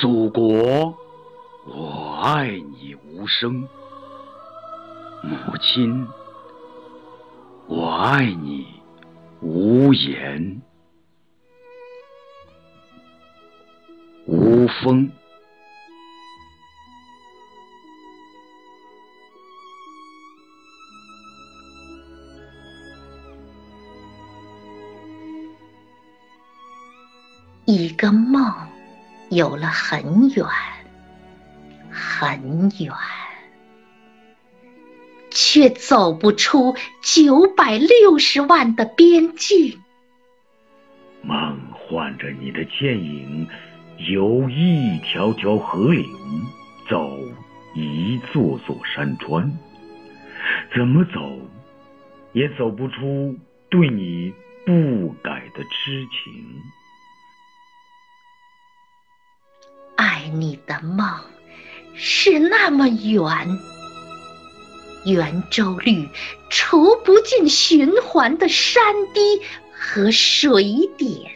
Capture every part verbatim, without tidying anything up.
祖国，我爱你无声；母亲，我爱你无言。无风， 一个梦有了很远很远，却走不出九百六十万的边境。 梦唤着你的倩影，游一条条河流，走一座座山川，怎么走也走不出对你不改的痴情。 爱你的梦是那么远，圆周率除不尽循环的山堤和水点。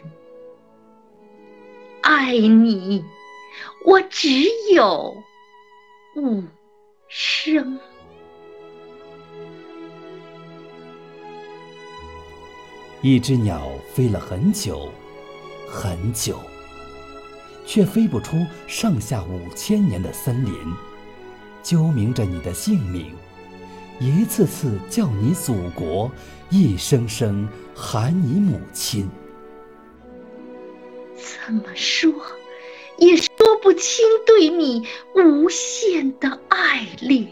爱你，我只有无声。 一只鸟飞了很久很久，却飞不出上下五千年的森林，揪鸣着你的姓名，一次次叫你祖国，一声声喊你母亲。 怎么说也说不清对你无限的爱恋。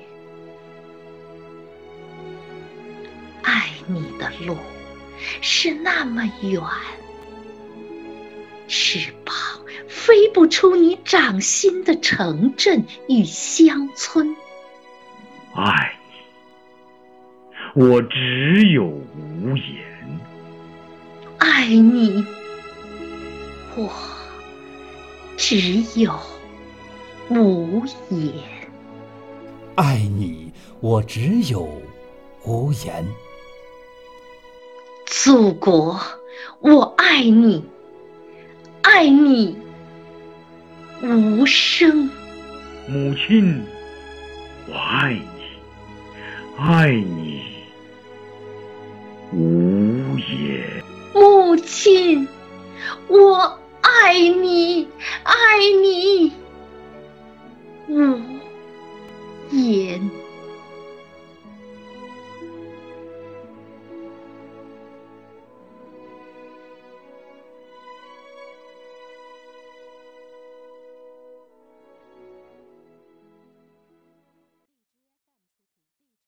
爱你的路是那么远，翅膀飞不出你掌心的城镇与乡村。 爱你，我只有无言。 爱你，我只有无言。 爱你，我只有无言。 祖国，我爱你，爱你无声。 母亲，我爱你，爱你无言。 母亲，我爱你，爱你